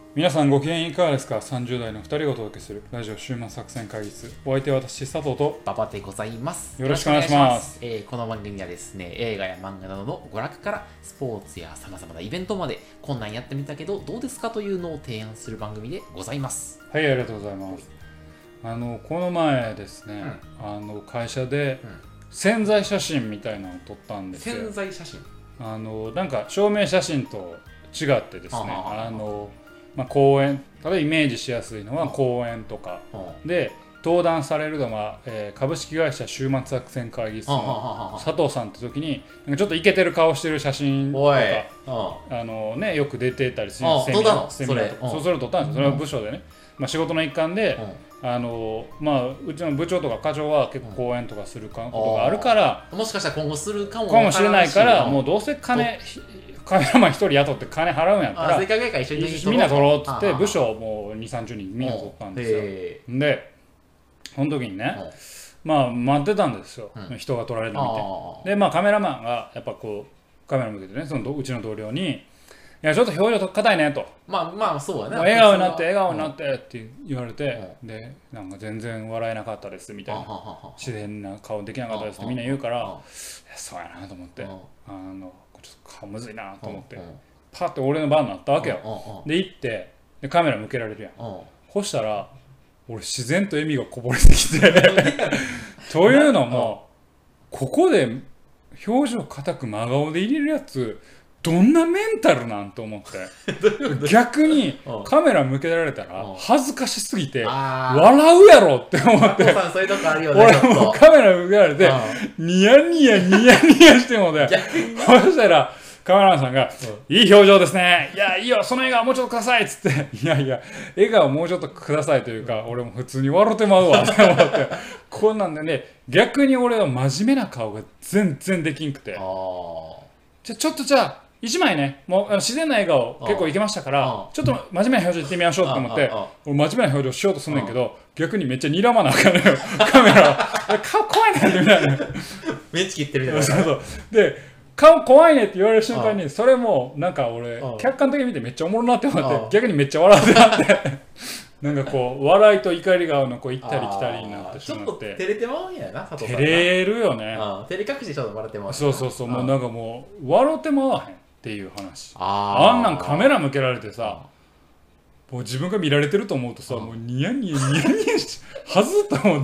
皆さんご機嫌いかがですか。30代の2人がお届けするラジオ週末作戦会議室。お相手は私佐藤と馬場でございます。 よろしくお願いします。 この番組はですね、映画や漫画などの娯楽からスポーツや様々なイベントまで、こんなんやってみたけどどうですかというのを提案する番組でございます。 はい、ありがとうございます。この前ですね、会社で宣材写真みたいなのを撮ったんですよ。 宣材写真、 なんか証明写真と違ってですね、公演、例えばイメージしやすいのは公演とかで登壇されるのは、株式会社週末作戦会議室の佐藤さんって時になんかちょっとイケてる顔してる写真とかよく出てたりするセミナーとか、それを撮ったんですよ。それは部署でね、仕事の一環でうちの部長とか課長は結構講演とかすることがあるから、 もしかしたら今後するかもしれないから、もうどうせカメラマン1人雇って金払うんやったらみんな撮ろうっつって部署もう 2,30 人みんな撮ったんですよ。でその時にね、待ってたんですよ、人が撮られるの見て。でカメラマンがやっぱこうカメラ向けてね、うちの同僚にいやちょっと表情硬いねと、 そうやね、 笑顔になって笑顔になってって言われて、でなんか全然笑えなかったですみたいな、自然な顔できなかったですってみんな言うから、そうやなと思って、ちょっと顔むずいなと思って、パッて俺の番になったわけよ。で行ってでカメラ向けられるやん。そしたら俺自然と笑みがこぼれてきてというのもここで表情硬く真顔で入れるやつどんなメンタルなんと思って逆にカメラ向けられたら恥ずかしすぎて笑うやろって思って、俺もカメラ向けられてニヤニヤニヤニヤしてもで、そしたらカメラマンさんがいい表情ですね、いやいいよその笑顔もうちょっとくださいっつって、いやいや笑顔もうちょっとくださいというか、俺も普通に笑ってまうわって思ってこんなんでね、逆に俺は真面目な顔が全然できんくて、ちょっとじゃあ1枚ね、もう自然な笑顔結構いけましたから、ちょっと真面目な表情いってみましょうと思って、俺真面目な表情しようとすんねんけど、逆にめっちゃ睨まなあかんのよカメラを顔怖いねってみたいな目つきってるみたいな。 そうで顔怖いねって言われる瞬間にそれもなんか俺客観的に見てめっちゃおもろなって思って逆にめっちゃ笑ってなってなんかこう笑いと怒り顔のこう行ったり来たりになってしまって、 ちょっと照れてまうんやな、佐藤さん。 照れるよね。 照れ隠してちょっと笑ってまう。 そう、もうなんかもう笑ってまわへんっていう話。あんなんカメラ向けられてさ、もう自分が見られてると思うとさ、もうニヤニヤニヤニヤしてはずっと思って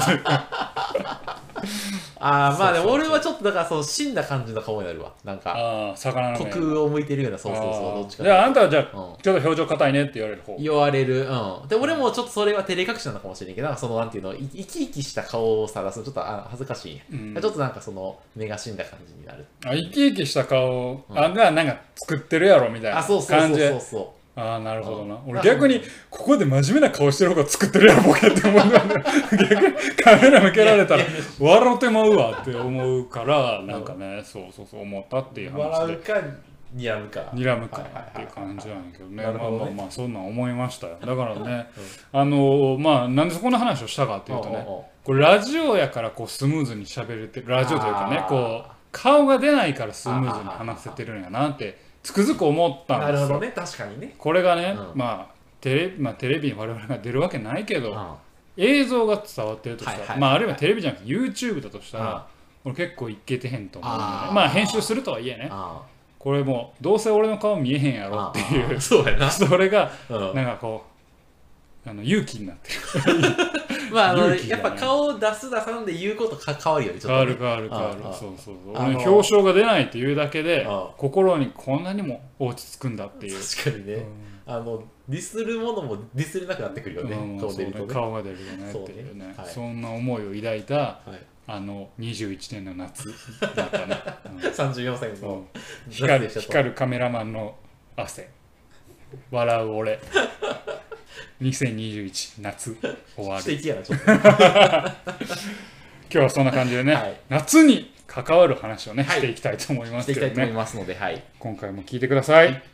でも俺はちょっとだから死んだ感じの顔になるわ。なんか魚の虚空を向いてるような、そうどっちか。 じゃああんたはじゃあちょっと表情硬いねって言われる方。 言われる。で俺もちょっとそれは照れ隠しなのかもしれないけど、なんていうの、生き生きした顔を探すのちょっと恥ずかしい。ちょっとなんか目が死んだ感じになる。 生き生きした顔がなんか作ってるやろみたいな感じで。なるほどな。俺逆にここで真面目な顔してる方が作ってるやろボケって思うんだよね。逆にカメラ向けられたら笑ってまうわって思うから、なんかね、そう思ったっていう話で。 笑うか睨むかっていう感じなんやけどね。そんなん思いましたよ。だからね、なんでそこの話をしたかっていうとね、これラジオやからこうスムーズに喋れてる、ラジオというかね、こう顔が出ないからスムーズに話せてるんやなってつくづく思ったんですよ。 なるほどね、確かにね。 これがね、テレビに我々が出るわけないけど、映像が伝わってるとしたら、あるいはテレビじゃなくて YouTube だとしたら、俺結構いけてへんと思うんでね。編集するとはいえね、これもうどうせ俺の顔見えへんやろっていう、それがなんかこう勇気になってる。 やっぱ顔を出す出さんで言うこと変わるよね。 変わる。そう。俺表彰が出ないっていうだけで心にこんなにも落ち着くんだっていう。 確かにね。ディスるものもディスれなくなってくるよね。 顔が出るよねっていうね。そんな思いを抱いた21年の夏だったね。 34歳の光るカメラマンの汗、笑う俺。2021夏終わる。 素敵やなちょっと。 今日はそんな感じでね、夏に関わる話をねしていきたいと思いますけどね。 していきたいと思いますので、 今回も聞いてください。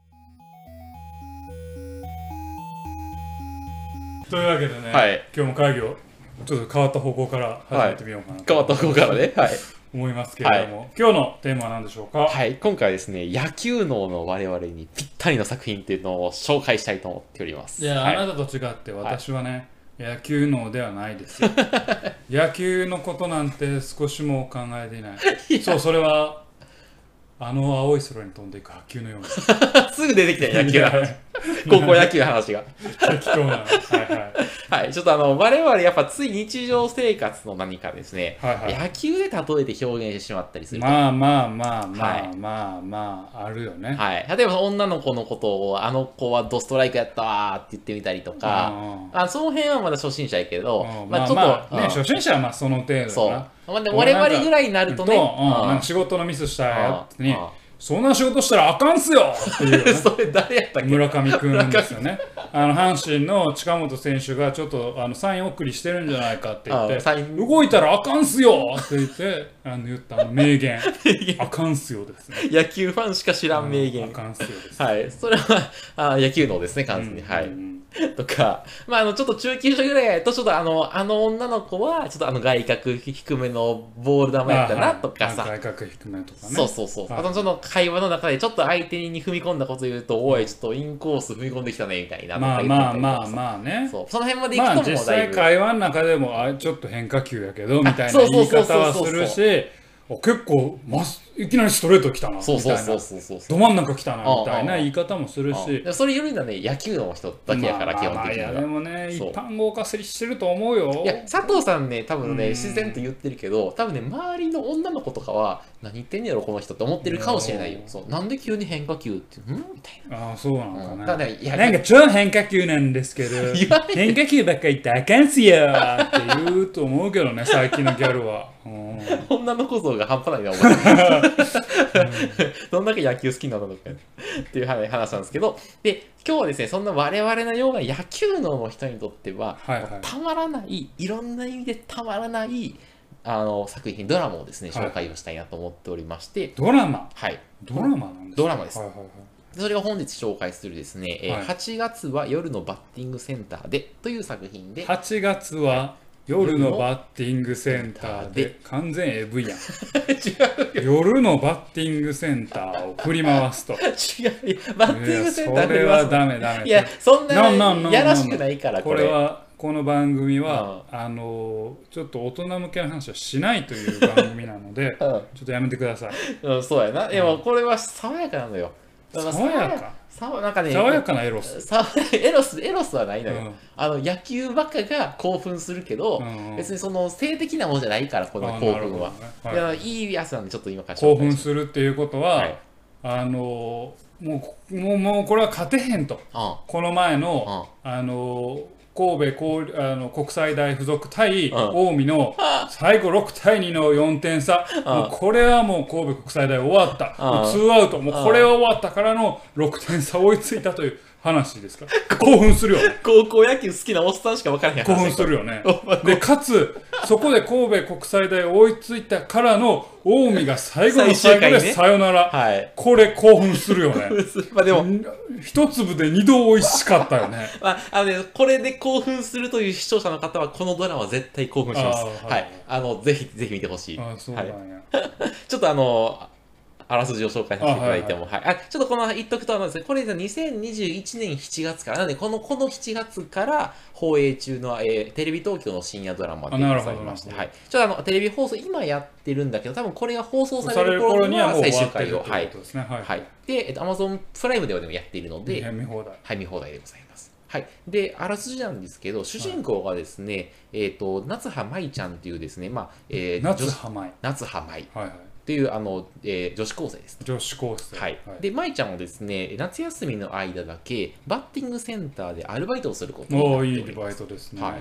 というわけでね、今日も会議をちょっと変わった方向から始めてみようかな。 変わった方向からね。 思いますけれども、今日のテーマは何でしょうか？ はい、今回はですね、野球脳の我々にぴったりの作品っていうのを紹介したいと思っております。 いや、あなたと違って私はね、野球脳ではないですよ。野球のことなんて少しも考えていない。そう、それは青い空に飛んでいく白球のように。 すぐ出てきたよ、野球の話。高校野球の話が。 適当な。はいはい。 はい、ちょっと我々やっぱつい日常生活の何かですね、野球で例えて表現してしまったりすると。 まあ、あるよね。 はい。例えば女の子のことを、あの子はドストライクやったわーって言ってみたりとか、その辺はまだ初心者やけど、まあちょっと、 ね、初心者はまあその程度だな。 そう。我々ぐらいになるとね、 なんか仕事のミスしたやつに、そんな仕事したらあかんすよっていう、ね、 それ誰やったっけ？ 村上くんですよね。阪神の近本選手がちょっとサイン送りしてるんじゃないかって言って、動いたらあかんすよって言って、言った名言。あかんすよですね。 野球ファンしか知らん名言。 あかんすよです、 ね。はい。それは野球脳ですね、完全に。はい。とか、まあ、ちょっと中級者ぐらいやと、ちょっとあの女の子は、ちょっと外角低めのボール球やったなとかさ。 外角低めとかね。 そうそうそう。あと、その会話の中で、ちょっと相手に踏み込んだこと言うと、おい、ちょっとインコース踏み込んできたね、みたいな。 まあね。 そう。その辺までいくともうだいぶ。 実際会話の中でも、ちょっと変化球やけど、みたいな言い方はするし、結構いきなりストレート来たなみたいな、ど真ん中来たなみたいな言い方もするし、 それよりはね、野球の人だけやから、基本的には。 でもね、一般合化してると思うよ。 いや、佐藤さんね、多分ね、自然と言ってるけど、多分ね、周りの女の子とかは、何言ってんねやろ、この人って思ってるかもしれないよ。そう、なんで急に変化球って、みたいな。 そうなのかな。 なんか超変化球なんですけど、変化球ばっかり言ったらあかんすよって言うと思うけどね、最近のギャルは。 女の子像が半端ないな、お前。どんだけ野球好きなのかっていう話なんですけど、で、今日はですね、そんな我々のような野球脳の人にとっては、たまらない、いろんな意味でたまらない作品、ドラマをですね、紹介をしたいなと思っておりまして。 ドラマ？ はい。 ドラマなんですか？ ドラマです。それが本日紹介するですね、8月は夜のバッティングセンターでという作品で。 8月は夜のバッティングセンターで、完全 AV やん。違うよ。夜のバッティングセンターを振り回すと。 違うよ。バッティングセンター振り回す。 それはダメ。 いや、そんなやらしくないから、 これは。この番組は、ちょっと大人向けの話はしないという番組なので、ちょっとやめてください。 そうやな。でもこれは爽やかなのよ。 爽やか？ なんかね、 爽やかなエロス。 エロスはないのよ。野球ばっかが興奮するけど、別にその性的なものじゃないから、この興奮は。いいやつなんで、ちょっと今から興奮するっていうことは、もうこれは勝てへんと。この前の、神戸国際大附属対近江の最後6対2の4点差、もうこれはもう神戸国際大終わった、もう2アウト、もうこれは終わったからの6点差追いついたという話ですか？興奮するよね。 高校野球好きなおっさんしか分からへん話。 興奮するよね。で、かつ、そこで神戸国際大追いついたからの近江が最後の最後でサヨナラ。これ興奮するよね。 でも、 一粒で二度美味しかったよね。 これで興奮するという視聴者の方は、このドラマ絶対興奮します。はい。ぜひ見てほしい。 そうなんや。 ちょっとあらすじを紹介させていただいても、ちょっとこの言っとくとですね、これ2021年7月から、なのでこの7月から放映中の、テレビ東京の深夜ドラマでございまして、ちょっとテレビ放送今やってるんだけど、多分これが放送される頃には最終回を、で、Amazon プライムではやっているので、 見放題。 見放題でございます。はい、で、あらすじなんですけど、主人公がですね、夏葉舞ちゃんっていうですね、 夏葉舞。 っていう女子高生です。 女子高生。 はい。で、舞ちゃんはですね、夏休みの間だけバッティングセンターでアルバイトをすることになっております。 いいバイトですね。 はい。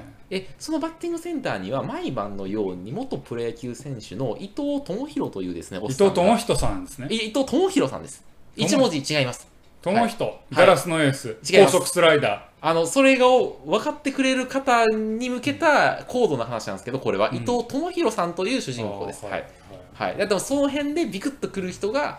そのバッティングセンターには毎晩のように元プロ野球選手の伊藤智弘というですね、 伊藤智弘さんですね。 伊藤智弘さんです。一文字違います。 智弘、ガラスのエース、高速スライダー。それが分かってくれる方に向けた高度な話なんですけど、これは伊藤智弘さんという主人公です。はい。でもその辺でビクッとくる人が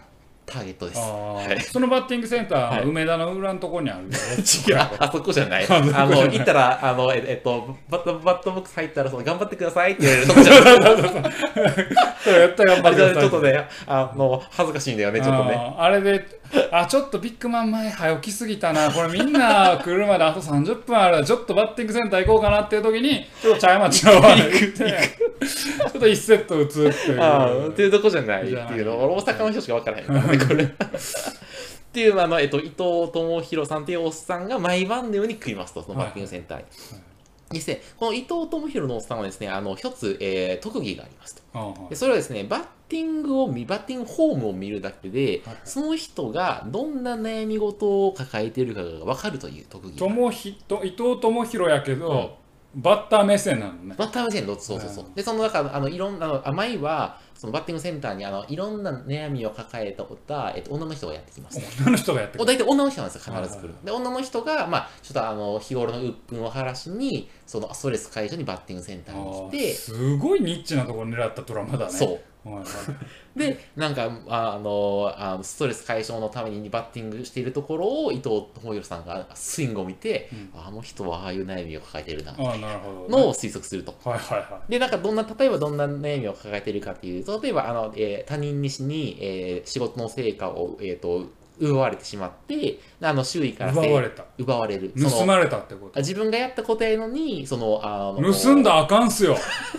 ターゲットです。 はい、そのバッティングセンター、梅田の裏のところにある。 違う、あそこじゃない。行ったら、バットボックス入ったら、頑張ってくださいって言われるとこじゃない。 やったら頑張ってください。 ちょっとね、恥ずかしいんだよね、ちょっとね。 あれで、ちょっとビッグマン前早起きすぎたな、これみんな来るまであと30分ある、ちょっとバッティングセンター行こうかなっていう時に、ちょっと茶屋町の方に行って、ちょっと1セット打つっていう。 っていうとこじゃないっていうの、大阪の人しか分からへんからね、これ。っていう、伊藤智弘さんっていうおっさんが毎晩のように来ますと、そのバッティングセンターに。ですね、この伊藤智弘のおっさんはですね、一つ、特技がありますと。でそれはですね、バッティングフォームを見るだけで、その人がどんな悩み事を抱えているかが分かるという特技。 伊藤智弘やけど、バッター目線なのね。 バッター目線、そうそうそう。で、その中、いろんな、前は、そのバッティングセンターにいろんな悩みを抱えた女の人がやってきます。 女の人がやってきます。 大体女の人なんですよ、必ず来る。で、女の人が、ちょっと日頃の鬱憤を晴らしに、そのストレス解消にバッティングセンターに来て。 すごいニッチなところを狙ったドラマだね。 そう。で、なんか、ストレス解消のためにバッティングしているところを伊藤智弘さんがスイングを見て、あの人はああいう悩みを抱えているな、のを推測すると。で、なんか例えばどんな悩みを抱えているかっていうと、例えば、他人に仕事の成果を、奪われてしまって、周囲から奪われる。 盗まれたってこと。 自分がやったことやのに、盗んだらあかんすよ。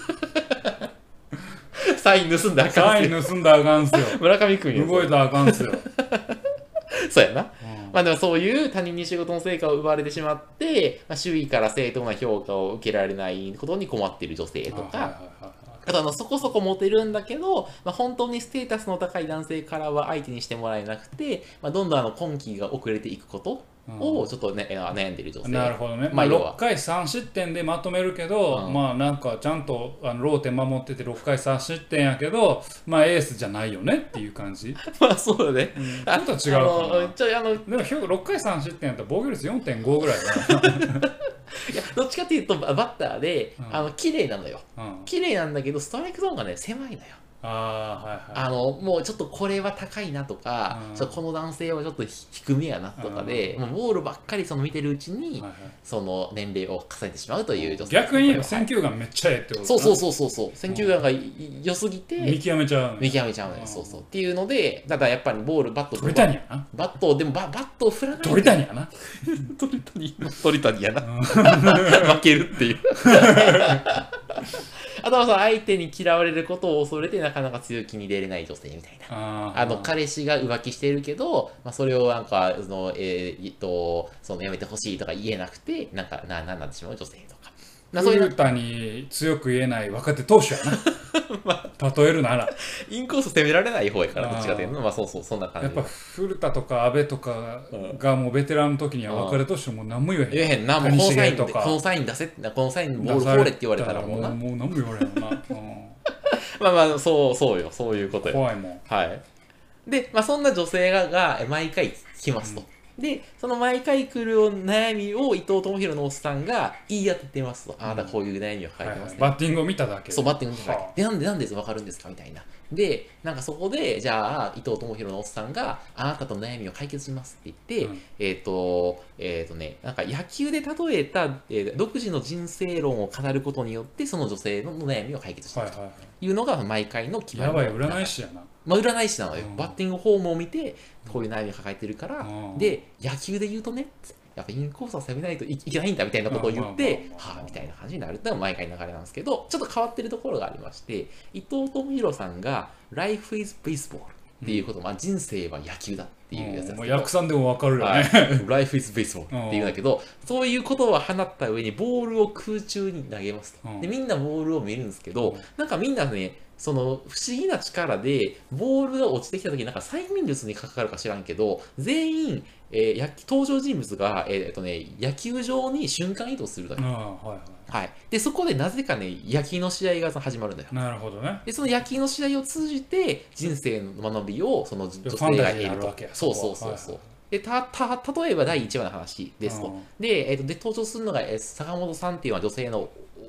サイン盗んだらあかんすよ。 サイン盗んだらあかんすよ。 村上君や。 動いたらあかんすよ。 そうやな。でもそういう他人に仕事の成果を奪われてしまって、周囲から正当な評価を受けられないことに困っている女性とか、あとそこそこモテるんだけど、本当にステータスの高い男性からは相手にしてもらえなくて、どんどん今期が遅れていくことをちょっとね、悩んでいる女性。 なるほどね。6回3失点でまとめるけど、なんかちゃんとローテ守ってて6回3失点やけど、エースじゃないよねっていう感じ。 そうだね。 ちょっと違うかな。でも6回3失点やったら防御率 4.5 ぐらいだな。 いやどっちかっていうとバッターで綺麗なのよ。綺麗なんだけどストライクゾーンがね狭いのよ。もうちょっとこれは高いなとか、この男性はちょっと低めやなとかで、もうボールばっかり見てるうちに、その年齢を重ねてしまうという女性。 逆に言えば選球眼めっちゃええってこと。 そう選球眼が良すぎて見極めちゃうのよ。そうっていうので、ただやっぱりボールバット鳥谷やな。 バットを振らない。 鳥谷やな。 鳥谷やな。負けるっていう。あとは相手に嫌われることを恐れてなかなか強気に出れない女性みたいな。彼氏が浮気しているけど、それをなんかやめてほしいとか言えなくて、なんなってしまう女性とか。 古田に強く言えない若手投手やな。例えるなら。 インコース攻められない方やから、どっちかというと、そんな感じ。 やっぱ古田とか阿部とかがもうベテランの時には若手投手も何も言えへん。 言えへんな、もうこのサイン出せ、このサインボール放れって言われたらもうな。 もう何も言われへんな。 そうよ、そういうことよ。 怖いもん。 はい。で、そんな女性が毎回来ますと。で、その毎回来る悩みを伊藤智弘のおっさんが言い当ててますと。あなたこういう悩みを抱えてますね。 バッティングを見ただけ。 そう、バッティングを見ただけ。で、なんで分かるんですかみたいな。で、なんかそこで、じゃあ、伊藤智弘のおっさんがあなたと悩みを解決しますって言って、なんか野球で例えた、独自の人生論を語ることによって、その女性の悩みを解決していくというのが毎回の決まり。 やばい、占い師やな。 占い師なのよ。バッティングフォームを見て、こういう悩みを抱えてるから、で、野球で言うとね、やっぱインコースを攻めないといけないんだみたいなことを言って、はぁみたいな感じになるっていうのが毎回の流れなんですけど、ちょっと変わってるところがありまして、伊藤智弘さんが Life is Baseball っていうこと、人生は野球だっていうやつですけど、 訳さんでもわかるよね。 Life is Baseball っていうんだけど、そういうことを放った上にボールを空中に投げますと。で、みんなボールを見るんですけど、なんかみんなね、その不思議な力でボールが落ちてきた時なんか催眠術にかかるか知らんけど全員、登場人物が、野球場に瞬間移動するだけ。でそこでなぜかね野球の試合が始まるんだよ。 なるほどね。 でその野球の試合を通じて人生の学びをその女性が得ると。そうで例えば第1話の話ですと。で登場するのが坂本さんっていうのは女性の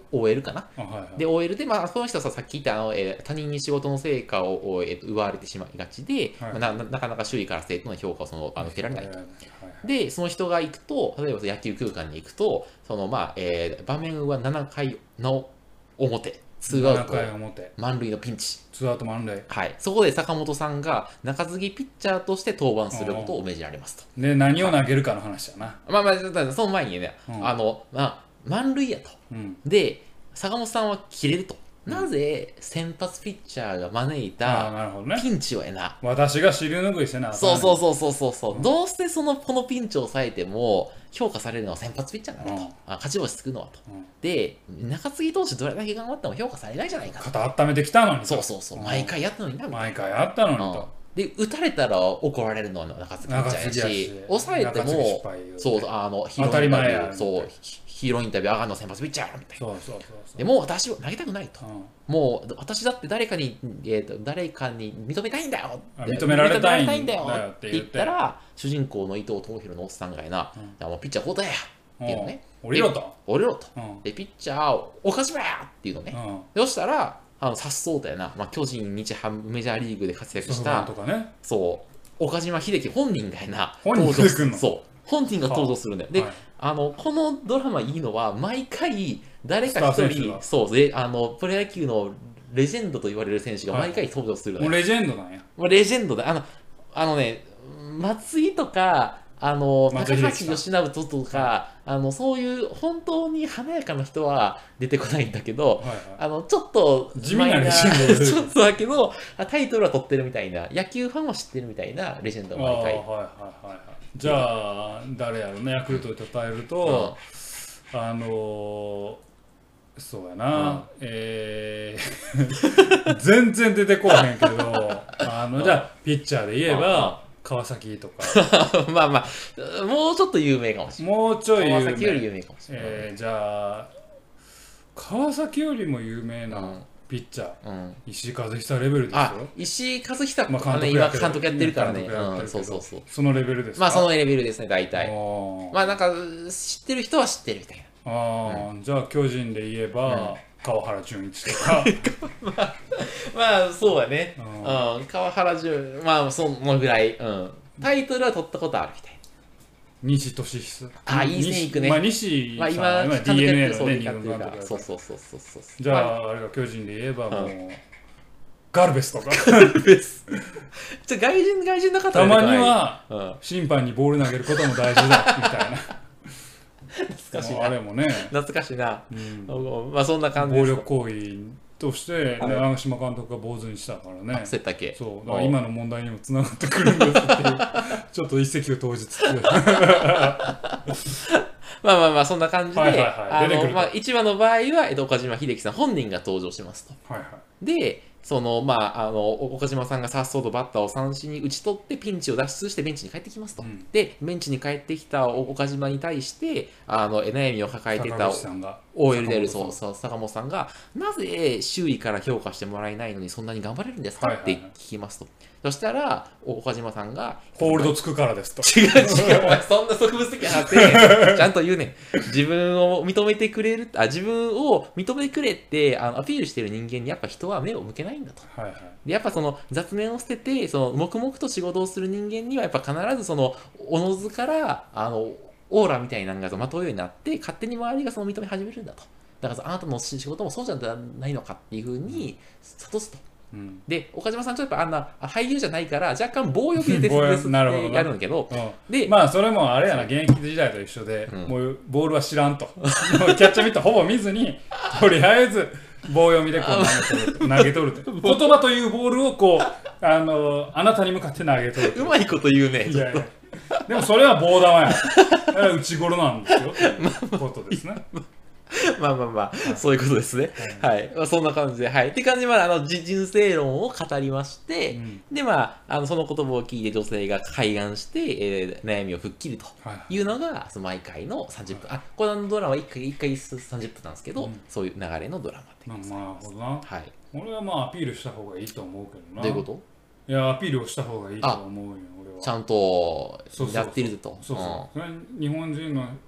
OL かな。 はいはい、 で、OL で、まあ、その人はさっき言った他人に仕事の成果を、奪われてしまいがちで、 はいまあ、なかなか周囲から生徒の評価を受けられないと。 はいはいで、その人が行くと、例えば野球空間に行くと、場面は7回の表、ツーアウト、満塁のピンチ。 ツーアウト満塁。 はい。そこで坂本さんが中継ぎピッチャーとして登板することを命じられますと。 で、何を投げるかの話だな。 まあまあ、その前にね、満塁やと。で、坂本さんは切れると。なぜ先発ピッチャーが招いたピンチを私が尻拭いしてな。 そう。どうしてこのピンチを抑えても評価されるのは先発ピッチャーなんだと。勝ち星つくのはと。で、中継ぎ投手どれだけ頑張っても評価されないじゃないかと。 肩温めてきたのに。 そう。毎回やったのにな。 毎回やったのにと。 で、打たれたら怒られるのは中継ぎピッチャーやし、抑えても、そう、当たり前や。そう。ヒーローインタビュー上がるの先発ピッチャーみたいな。でも私は投げたくないと。もう私だって誰かに認めたいんだよ認められたいんだよって言ったら、主人公の伊藤智弘のおっさんがもうピッチャー交代やっていうのね。 降りろと。 で、ピッチャーを岡島やっていうのね。そしたら、さっそうだよな、巨人、日ハム、メジャーリーグで活躍した、岡島秀樹本人が本人が登場するんだよ。で、このドラマいいのは、毎回、誰か一人、プロ野球のレジェンドと言われる選手が毎回登場するのよ。もうレジェンドなんや。 もうレジェンドだ。松井とか、高橋由伸とか、そういう本当に華やかな人は出てこないんだけど、ちょっと地味なレジェンドちょっとだけど、タイトルは取ってるみたいな、野球ファンは知ってるみたいなレジェンドが毎回。 じゃあ、誰やろうね、ヤクルトで例えると、そうやな、全然出てこへんけど、じゃあ、ピッチャーで言えば、川崎とか。 まあ、もうちょっと有名かもしれない。 もうちょい有名。 川崎より有名かもしれない。 じゃあ、川崎よりも有名なピッチャー、石井一久レベルですよ。 石井一久、今監督やってるからね。そう。 そのレベルですか。 まあ、そのレベルですね、大体。まあ、なんか、知ってる人は知ってるみたいな。 じゃあ、巨人で言えば、川原純一とか。 まあ、そうだね。川原純、まあ、そのぐらい。タイトルは取ったことあるみたいな。 西俊久。 いい線いくね。 西さんは今 DNA のね、 二軍監督。そう。 じゃあ、あれが巨人で言えばもう、ガルベスとか。 ガルベス。外人の方たまには、審判にボール投げることも大事だ、みたいな。 懐かしいな。 あれもね。 懐かしいな。まあ、そんな感じです。暴力行為として、長嶋監督が坊主にしたからね。 そうだけ。 そう。だから今の問題にもつながってくるんですっていう、ちょっと一石を投じつつ。 まあ、そんな感じで、1話の場合は、岡島秀樹さん本人が登場しますと。で、岡島さんがさっそうとバッターを三振に打ち取ってピンチを脱出してベンチに帰ってきますと。で、ベンチに帰ってきた岡島に対して、悩みを抱えていた OL である坂本さんが、なぜ周囲から評価してもらえないのにそんなに頑張れるんですかって聞きますと。そしたら、岡島さんが、 ホールドつくからですと。 違う、お前そんな植物的な話ね。ちゃんと言うねん。自分を認めてくれってアピールしてる人間にやっぱ人は目を向けないんだと。でやっぱその雑念を捨てて、黙々と仕事をする人間にはやっぱ必ずおのずからオーラみたいなのがまとうようになって、勝手に周りが認め始めるんだと。だからあなたの仕事もそうじゃないのかっていうふうに諭すと。で、岡島さんちょっとやっぱ俳優じゃないから若干棒読みで鉄ですってやるんだけど、 でまあそれもあれやな、現役時代と一緒で、もうボールは知らんと。キャッチャーミットほぼ見ずに、とりあえず棒読みでこう投げ取ると。言葉というボールをこうあなたに向かって投げ取る。 うまいこと言うね。 でもそれは棒玉や。打ち頃なんですよ。ということですね。 まあ、そういうことですね。はい。そんな感じで、はい。って感じで、人生論を語りまして、で、その言葉を聞いて女性が開眼して、悩みを吹っ切るというのが、毎回の30分。このドラマは1回30分なんですけど、そういう流れのドラマってなるほどな。はい。俺はアピールした方がいいと思うけどな。 どういうこと？ いや、アピールをした方がいいと思うよ、俺は。 ちゃんとやってると。 そう。日本人の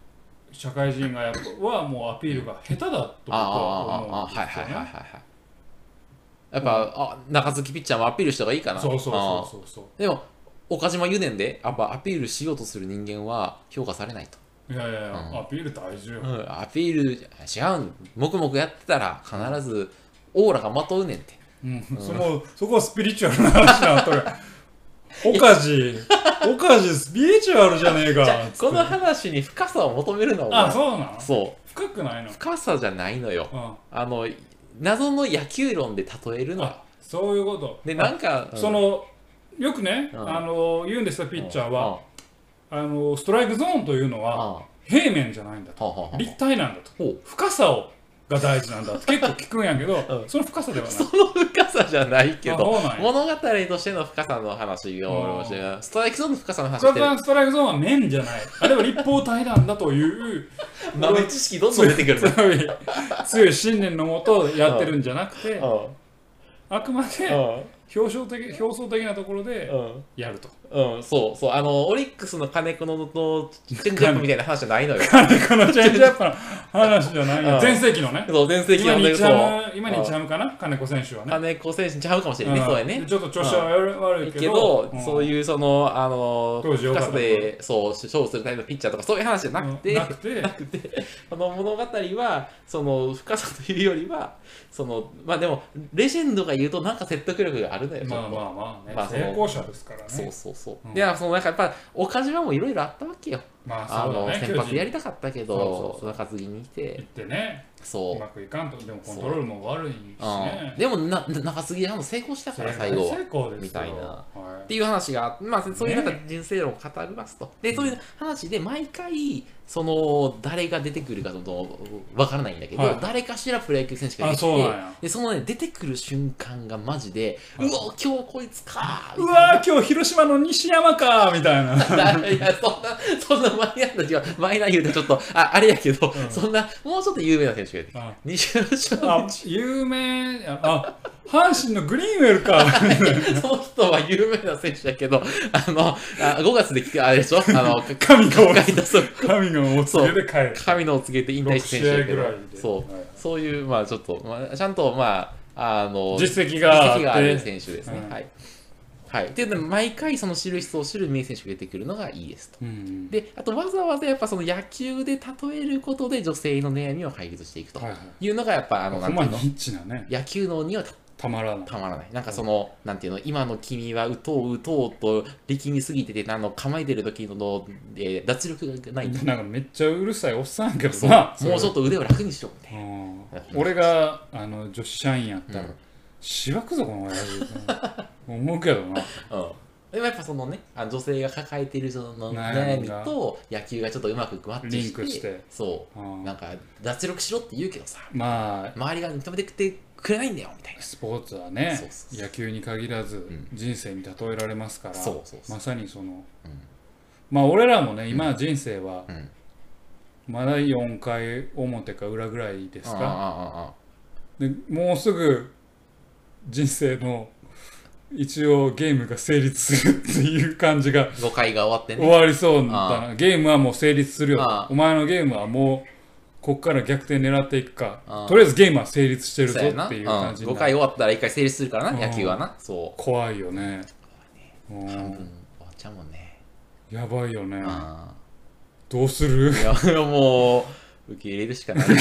社会人がはもうアピールが下手だと僕は思うんですよね。 やっぱ、中継ぎピッチャーもアピールした方がいいかな。 そうでも、岡島言うねんで、やっぱアピールしようとする人間は評価されないと。 いやいやいや、アピール大事よ。 アピール、違う、黙々やってたら必ずオーラがまとうねんって。 そこはスピリチュアルな話なとる。おかじスピリチュアルじゃねえか。 この話に深さを求めるのは。あ、そうなの？ そう。 深くないの？ 深さじゃないのよ。謎の野球論で例えるの。 そういうこと。 で、なんか、 よくね、言うんですよ、ピッチャーは。ストライクゾーンというのは、平面じゃないんだと。立体なんだと。深さが大事なんだって結構聞くんやけど、その深さではない。 その深さじゃないけど、物語としての深さの話をして、ストライクゾーンの深さの話してる。 ストライクゾーンは面じゃない。あれは立方体なんだという、 豆知識どんどん出てくる。 強い信念のもとやってるんじゃなくて、あくまで表層的なところでやると。 そう、オリックスの金子のチェンジアップみたいな話じゃないのよ。 金子のチェンジアップの話じゃないよ。全盛期のね。 そう、全盛期の今にちゃうかな、金子選手はね。 金子選手ちゃうかもしれないね、そうやね。 ちょっと調子は悪いけど、 そういう深さで、そう、勝負するタイプのピッチャーとかそういう話じゃなくて、この物語は、深さというよりは、まあでも、レジェンドが言うとなんか説得力があるのよ、 まあね。成功者ですからね。 そう。で、なんかやっぱ、岡島もいろいろあったわけよ。先発やりたかったけど、中継ぎに来て。 行ってね。 そう。 うまくいかんと、でもコントロールも悪いしね。 でも、中継ぎで成功したから、最後。 成功ですみたいな。っていう話が、まあ、そういうなんか人生論を語りますと。で、そういう話で、毎回、誰が出てくるかとわからないんだけど、誰かしらプロ野球選手が出てきて、で、出てくる瞬間がマジで、うわ、今日こいつかうわ、今日広島の西山かみたいな。 いや、そんなマイナー言うとちょっと、あれやけど、そんな、もうちょっと有名な選手がいて。西山有名、阪神のグリーンウェルか。 その人は有名な選手だけど、5月であれでしょ神のお告げで帰る。 神のお告げで引退した選手だけど、そういう、まあちょっと、ちゃんと、まあ、 実績がある選手ですね。はい。っていうので、毎回その知る人を知る名選手が出てくるのがいいですと。で、あとわざわざやっぱ野球で例えることで女性の悩みを解決していくというのがやっぱなんていうの、野球脳にはたまらない。 なんかなんていうの、今の君は打とうと力みすぎてて、構えてる時の脱力がない。 なんかめっちゃうるさいおっさんやけどさ。 もうちょっと腕を楽にしろみたいな。 俺が女子社員やったら、しばくぞこの親父。思うけどな。 でもやっぱ女性が抱えている悩みと野球がちょっとうまくマッチして、そうなんか脱力しろって言うけどさ、周りが認めてくれないんだよみたいな。 スポーツはね、野球に限らず人生に例えられますから、まさにまあ俺らもね、今人生はまだ4回表か裏ぐらいですか。でもうすぐ人生の一応ゲームが成立するっていう感じが 5回が終わってね、 終わりそうだな。ゲームはもう成立するよ。お前のゲームはもうこっから逆転狙っていくか、とりあえずゲームは成立してるぞっていう感じ。 5回終わったら1回成立するからな、野球はな。そう。 怖いよね。 半分終わっちゃうもんね。 やばいよね。どうする？ いやもう受け入れるしかない。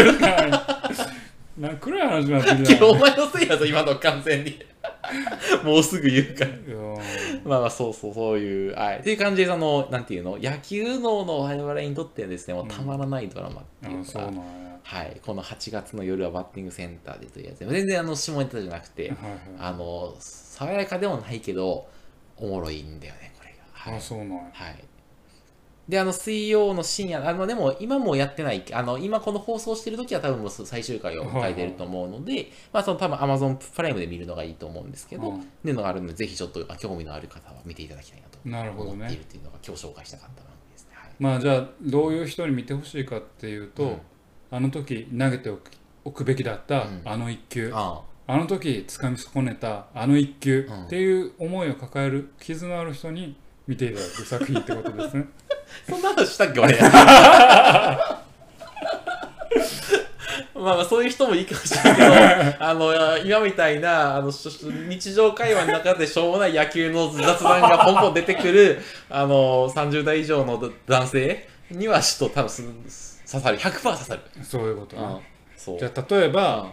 暗い話になってるじゃん。 お前のせいやぞ今の完全に。もうすぐ言うから。まあそういう、っていう感じでなんていうの、野球脳の我々にとってはですね、もうたまらないドラマっていうか、はい、この8月の夜はバッティングセンターでというやつで、全然下ネタじゃなくて、爽やかでもないけどおもろいんだよねこれが。 そうなんや。 はい。で、水曜の深夜、でも今もやってない、今この放送してる時は多分もう最終回を迎えてると思うので、まあ多分 Amazon プライムで見るのがいいと思うんですけど、っていうのがあるので、ぜひちょっと興味のある方は見ていただきたいなと思っているっていうのが今日紹介したかった番組ですね。 まあじゃあ、どういう人に見てほしいかっていうと、あの時投げておくべきだったあの一球、あの時掴み損ねたあの一球っていう思いを抱える傷のある人に見ていただく作品ってことですね。 そんな話したっけ俺。まあまあそういう人もいいかもしれないけど、今みたいな日常会話の中でしょうもない野球の雑談がポンポン出てくる30代以上の男性にはちょっと多分刺さる、100% 刺さる。 そういうことね。 そうじゃあ例えば、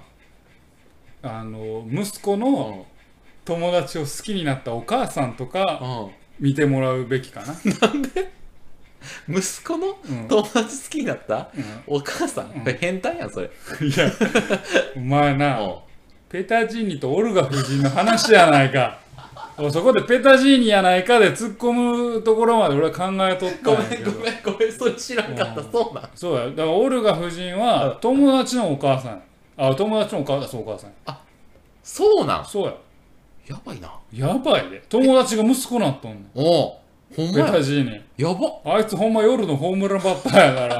息子の友達を好きになったお母さんとか見てもらうべきかな。 なんで息子の友達好きになった、お母さん、これ変態やんそれ。 いや、お前な、ペタジーニとオルガ夫人の話やないか。そこでペタジーニやないかで突っ込むところまで俺は考えとったんやけど。 ごめん、それ知らんかった。そうなん。 そうや。だからオルガ夫人は友達のお母さん。友達のお母さん。 あ、そうなん。 そうや。 やばいな。 やばいで。友達が息子なっとんねん。 おう、ほんまペや。 タジーニ。 やば。 あいつほんま夜のホームランバッターやから。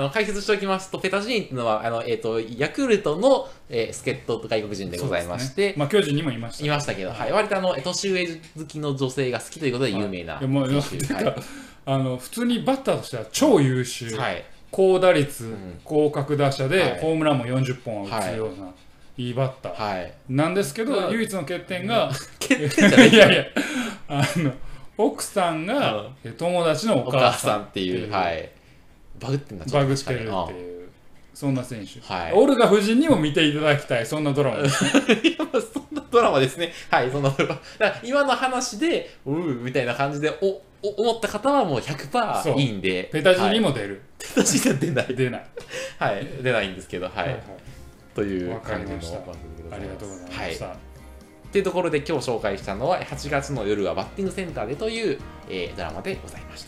解説しておきますと、ペタジーニっていうのはヤクルトの、助っ人と外国人でございまして、 まあ巨人にもいましたけど、はい、割と年上好きの女性が好きということで有名な選手。 普通にバッターとしては超優秀、高打率、高角打者で、ホームランも40本を打つような、いいバッターなんですけど、唯一の欠点が欠点じゃないいやいや奥さんが友達のお母さんっていう、バグってんだ、 バグってるっていうそんな選手、オルガ夫人にも見ていただきたい、そんなドラマです。 いや、そんなドラマですね。はい、そんなドラマ。だから今の話でみたいな感じで思った方はもう 100% いいんで、 ペタジにも出る。 ペタジには出ない出ない、 はい、出ないんですけど、はい、という感じの番組でございます。 ありがとうございました。 というところで今日紹介したのは8月の夜はバッティングセンターでという、ドラマでございました。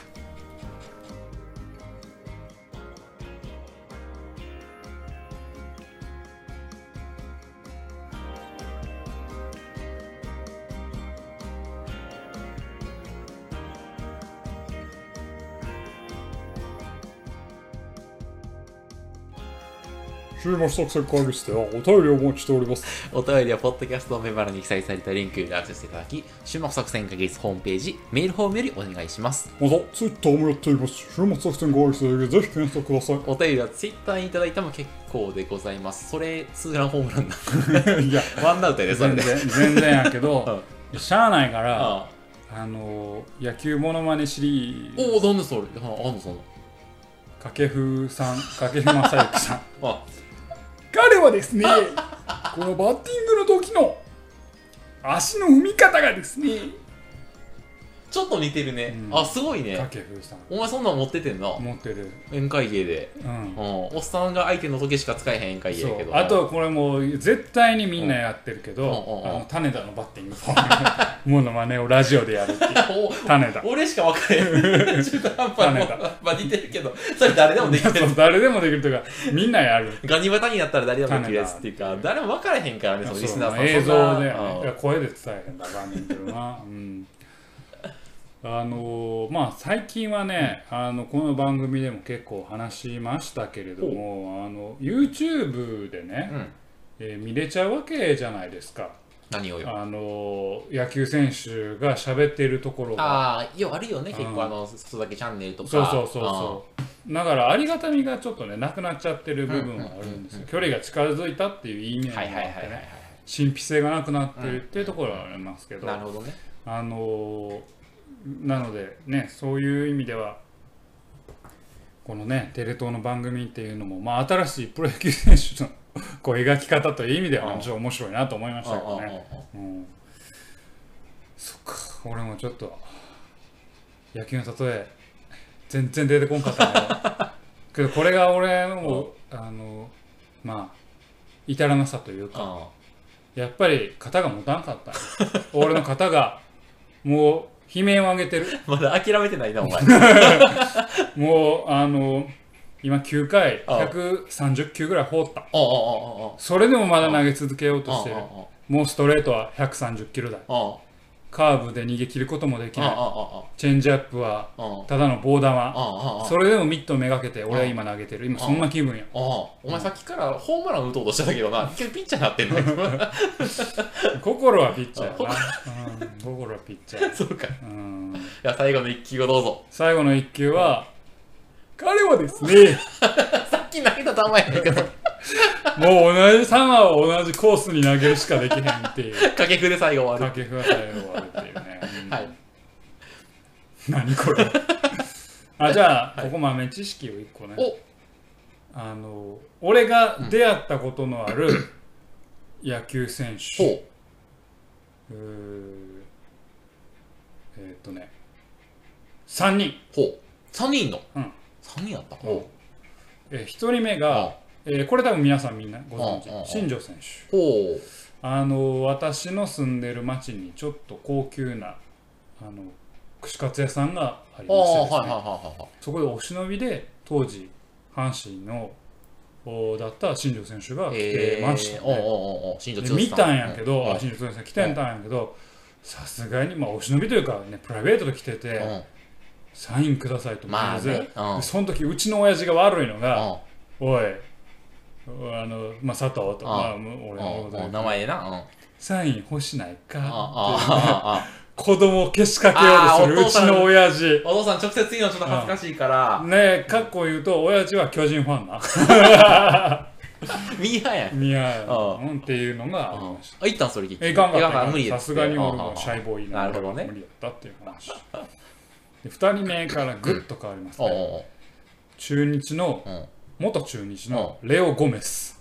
週末作戦会議室ではお便りをお待ちしております。 お便りはポッドキャストのメモ欄に記載されたリンクでアクセスいただき、週末作戦会議室ホームページ、メールフォームよりお願いします。 また、ツイッターもやっています。週末作戦会議室でぜひ検索ください。 お便りはツイッターにいただいても結構でございます。それ、ツーランホームランだ。いや、ワンアウトやで、それで。 全然やけど、しゃあないから、野球モノマネシリーズ。 おお、なんでそれ、あんのその。 掛布さん、掛布正幸さん。彼はですね、このバッティングの時の足の踏み方がですね、 ちょっと似てるね。あ、すごいね。 掛布さん。 お前そんなん持っててんな。 持ってる。 宴会芸で。おっさんが相手の時しか使えへん宴会芸やけど。 あとこれもう絶対にみんなやってるけど、種田のバッティングフォームものまねをラジオでやるっていう。種田。 俺しか分かれへん。中途半端の。まあ似てるけど、それ誰でもできる。 誰でもできるというか、みんなやる。 ガニ股になったら誰でもできるやつっていうか、誰も分からへんからね、そのリスナーさん。 映像で、声で伝えへんだからねんけどな。まあ最近はね、この番組でも結構話しましたけれども、YouTube でね、見れちゃうわけじゃないですか。 何をよ。 野球選手が喋っているところが。 ああ、ようあるよね、結構外だけチャンネルとか。 そうだからありがたみがちょっとねなくなっちゃってる部分はあるんですよ。距離が近づいたっていう意味合いがあってね、神秘性がなくなってるっていうところはありますけど、 なるほどね。 なのでね、そういう意味ではこのねテレ東の番組っていうのも、まあ、新しいプロ野球選手のこう描き方という意味ではちょっと面白いなと思いましたけどね。そっか、俺もちょっと野球の例え全然出てこんかったけどこれが俺のまあ至らなさというか、やっぱり肩が持たんかった俺の肩がもう悲鳴を上げてる。 まだ諦めてないなお前。 もう今9回130球ぐらい放った。それでもまだ投げ続けようとしてる。もうストレートは130キロ台。 カーブで逃げ切ることもできない。 あチェンジアップはあただの棒玉。 あそれでもミットめがけて俺は今投げてる。今そんな気分や。 お前さっきからホームラン打とうとしてたけどな、結局ピッチャーになってんね心はピッチャーやな。心はピッチャー。 そうか。いうんや、最後の一球をどうぞ。 最後の一球は、彼はですね、 さっき投げた球やねんけど、 もう同じ球を同じコースに投げるしかできへんっていう。 掛布で最後終わる。 掛布が最後終わるっていうね。 はい。 何これ。じゃあ、ここ豆知識を1個ね。俺が出会ったことのある野球選手。3人。 3人のうん。 3人あった。 1人目が、これ多分皆さんみんなご存知、新庄選手。私の住んでる町にちょっと高級な串カツ屋さんがありましてですね、そこでお忍びで当時阪神のだった新庄選手が来てましたね。で見たんやけど、新庄選手来てたんやけど、さすがにお忍びというかね、プライベートで来てて、サインくださいと思って、その時うちの親父が悪いのが、おい佐藤と俺の名前な、 サイン欲しないかって子供をけしかけようとするうちの親父。 お父さん直接言うのちょっと恥ずかしいからねえ、かっこ言うと親父は巨人ファンなミーハーやんっていうのがありました。 行ったんそれ聞いて。 いかんかった無理さすがに俺もシャイボーイなので無理やったっていう話で、2人目からグッと変わりますね。中日の元中日のレオ・ゴメス。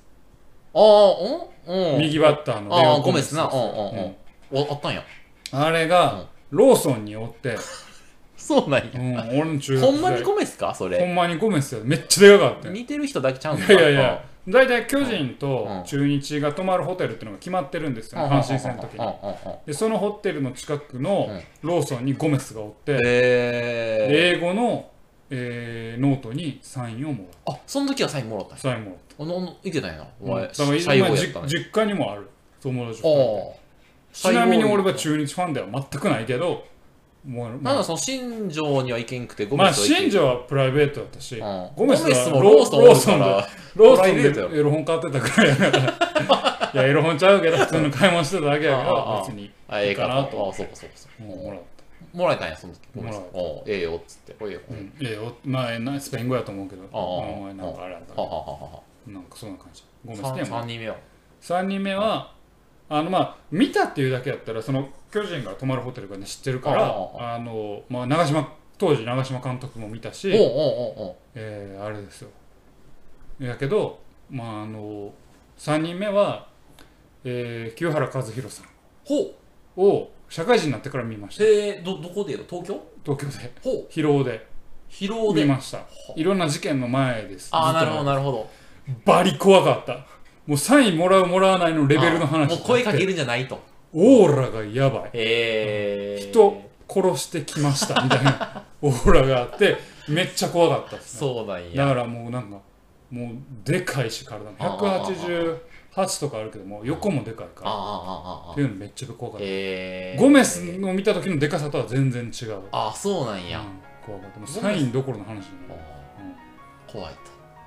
右バッターのレオ・ゴメスな。 あったんや。 あれがローソンにおってそうなんや。俺の中学時代ほんまにゴメスかそれ。 ほんまにゴメスや。めっちゃでかかった。 似てる人だけちゃうんか。いやいや、大体巨人と中日が泊まるホテルっていうのが決まってるんですよ、阪神戦の時に。でそのホテルの近くのローソンにゴメスがおって、英語のノートにサインをもらった。 その時はサインもらった。 サインもらった。 いけたんやな。 お前実家にもある友達。ちなみに俺は中日ファンでは全くないけど、 なんだその新庄には行けんくて、 ゴメスは新庄はプライベートだったし、 ゴメスもローソンでエロ本買ってたくらいやからいやエロ本ちゃうけど普通の買い物してただけやけど、別にいいかなと。 そうかもらえたんやその時。ええよっつって。ええよ、スペイン語やと思うけど、なんかあれやったなんかそんな感じ。ゴメスで 3人目は 3人目は見たっていうだけやったら、その巨人が泊まるホテルがね知ってるから、当時長嶋監督も見たし、あれですよ。やけど3人目は清原和博さんを社会人になってから見ました。 どこで東京で広尾で見ました。いろんな事件の前です。 なるほどなるほど。 バリ怖かった。もうサインもらうもらわないのレベルの話。 もう声かけるんじゃないと。 オーラがやばい。人殺してきましたみたいなオーラがあってめっちゃ怖かったですね。 そうなんや。 だからもうなんかもうでかいし、体も188とかあるけども横もでかいからっていうのめっちゃ怖かった。ゴメスの見た時のでかさとは全然違う。 そうなんや。 怖かった。サインどころの話じゃない。 怖いと。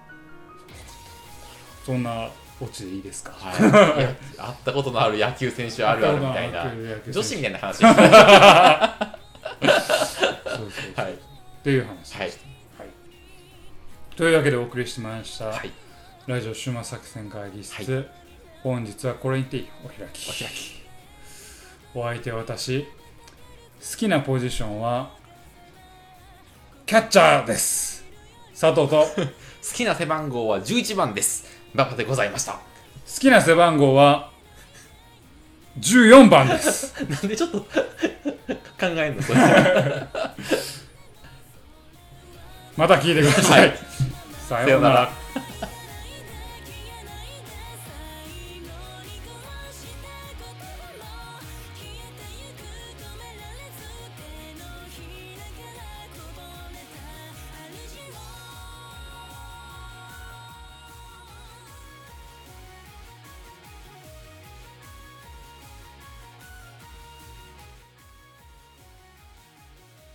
そんなオチでいいですか。 会ったことのある野球選手あるあるみたいな女子みたいな話っていう話でした。というわけでお送りしました、ラジオ終末作戦会議室、本日はこれにてお開き。お相手は私、好きなポジションはキャッチャーです。佐藤と好きな背番号は11番です。馬場でございました。 好きな背番号は14番です。 なんでちょっと考えんのそれまた聞いてください。さようなら。